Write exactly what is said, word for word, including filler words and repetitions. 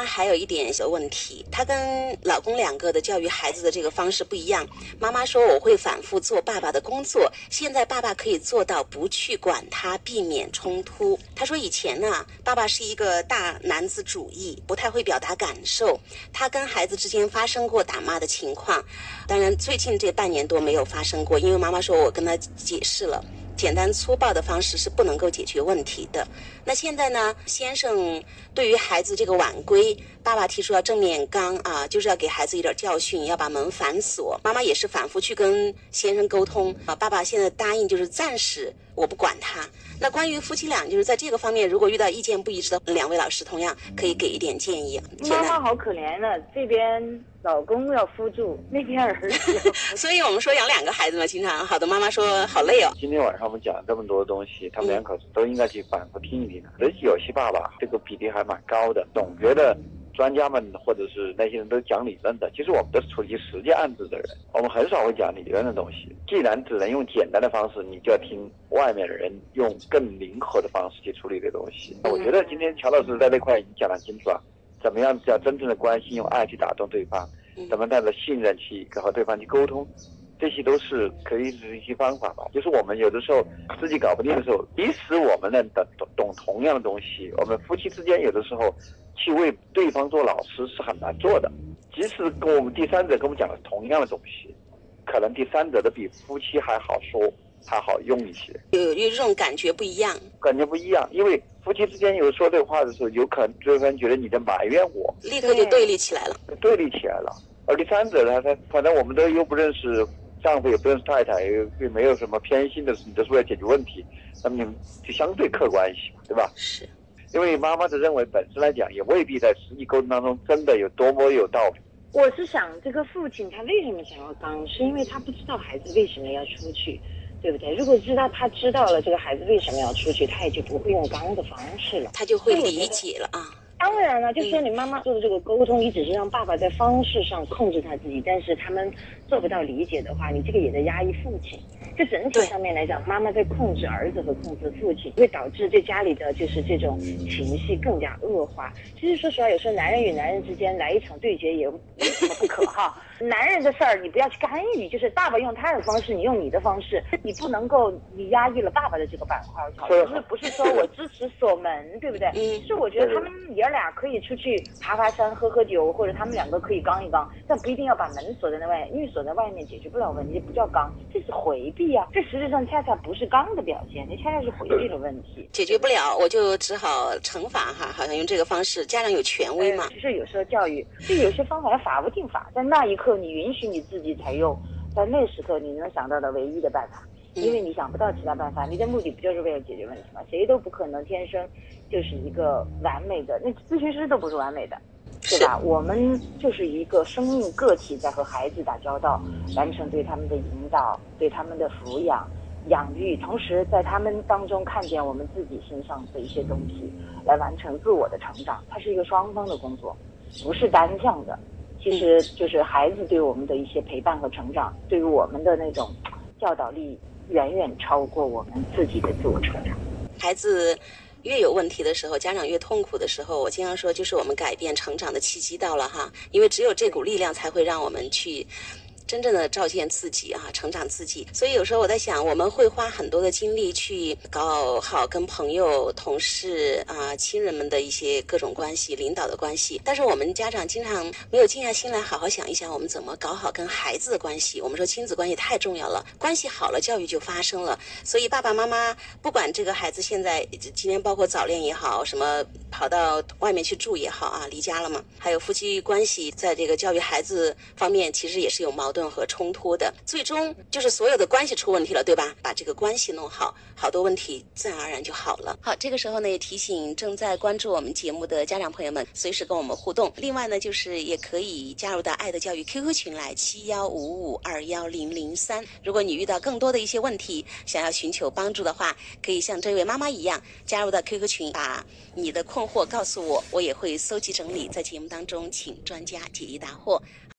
妈还有一点小问题，她跟老公两个的教育孩子的这个方式不一样。妈妈说我会反复做爸爸的工作，现在爸爸可以做到不去管他，避免冲突。她说以前呢，爸爸是一个大男子主义，不太会表达感受，他跟孩子之间发生过打骂的情况，当然最近这半年多没有发生过，因为妈妈说我跟他解释了，简单粗暴的方式是不能够解决问题的。那现在呢，先生对于孩子这个晚归，爸爸提出要正面刚啊，就是要给孩子一点教训，要把门反锁。妈妈也是反复去跟先生沟通啊，爸爸现在答应就是暂时我不管他。那关于夫妻俩就是在这个方面，如果遇到意见不一致的，两位老师同样可以给一点建议。 妈妈好可怜了，这边老公要扶住，那边儿子所以我们说养两个孩子嘛，经常好的妈妈说好累哦。 今天晚上我们讲这么多东西，他们两口子都应该去反复听一听。而且有些爸爸这个比例还蛮高的，总觉得专家们或者是那些人都讲理论的，其实我们都是处于实践案子的人，我们很少会讲理论的东西。既然只能用简单的方式，你就要听外面的人用更灵活的方式去处理这东西。我觉得今天乔老师在那块已经讲得很清楚了，怎么样叫真正的关心，用爱去打动对方，怎么带着信任去和对方去沟通，这些都是可以是一些方法吧。就是我们有的时候自己搞不定的时候，即使我们能懂懂同样的东西，我们夫妻之间有的时候去为对方做老师是很难做的。即使跟我们第三者跟我们讲了同样的东西，可能第三者的比夫妻还好说，还好用一些。 有有这种感觉不一样， 感觉不一样，因为夫妻之间有说这话的时候，有可能对方觉得你在埋怨我， 立刻就对立起来了， 对立起来了。而第三者呢，他反正我们都又不认识丈夫，也不认识太太，也没有什么偏心的事，你都是为了解决问题，那么你们就相对客观一些，对吧？ 是。 因为妈妈的认为本身来讲，也未必在实际沟通当中真的有多么有道理。 我是想，这个父亲他为什么想要刚，是因为他不知道孩子为什么要出去，对不对？如果知道他知道了这个孩子为什么要出去，他也就不会用刚的方式了， 他就会理解了啊。 当然了，就说你妈妈做的这个沟通，你只是让爸爸在方式上控制他自己，但是他们做不到理解的话，你这个也在压抑父亲。就整体上面来讲，妈妈在控制儿子和控制父亲，会导致对家里的就是这种情绪更加恶化。其实说实话，有时候男人与男人之间来一场对决也没什么不可哈。男人的事儿你不要去干预，就是爸爸用他的方式，你用你的方式，你不能够你压抑了爸爸的这个板块。不是不是说我支持锁门，对不对？嗯，是我觉得他们爷俩可以出去爬爬山、喝喝酒，或者他们两个可以刚一刚，但不一定要把门锁在那外，因为锁在外面解决不了问题，不叫刚，这是回避啊。这实际上恰恰不是刚的表现，这恰恰是回避了问题。 解决不了，我就只好惩罚哈，好像用这个方式，家长有权威嘛。 其实有时候教育，就有些方法法不定法，在那一刻你允许你自己采用，在那时刻你能想到的唯一的办法。因为你想不到其他办法，你的目的不就是为了解决问题吗？谁都不可能天生就是一个完美的，那咨询师都不是完美的，对吧？我们就是一个生命个体在和孩子打交道，完成对他们的引导，对他们的抚养、养育，同时在他们当中看见我们自己身上的一些东西，来完成自我的成长。它是一个双方的工作，不是单向的。其实就是孩子对我们的一些陪伴和成长，对于我们的那种教导力远远超过我们自己的自我成长。 孩子越有问题的时候，家长越痛苦的时候，我经常说，就是我们改变成长的契机到了哈，因为只有这股力量才会让我们去真正的照见自己啊，成长自己。所以有时候我在想，我们会花很多的精力去搞好跟朋友、同事啊、亲人们的一些各种关系、领导的关系，但是我们家长经常没有静下心来好好想一想，我们怎么搞好跟孩子的关系。我们说亲子关系太重要了，关系好了，教育就发生了。所以爸爸妈妈不管这个孩子现在今天包括早恋也好，什么跑到外面去住也好啊，离家了嘛，还有夫妻关系在这个教育孩子方面其实也是有矛盾和冲突的，最终就是所有的关系出问题了，对吧？把这个关系弄好，好多问题自然而然就好了。好，这个时候呢，也提醒正在关注我们节目的家长朋友们，随时跟我们互动。另外呢，就是也可以加入到爱的教育 Q Q 群来，七幺五五二幺零零三。如果你遇到更多的一些问题，想要寻求帮助的话，可以像这位妈妈一样加入到 Q Q 群，把你的困惑告诉我，我也会搜集整理，在节目当中请专家解疑答惑。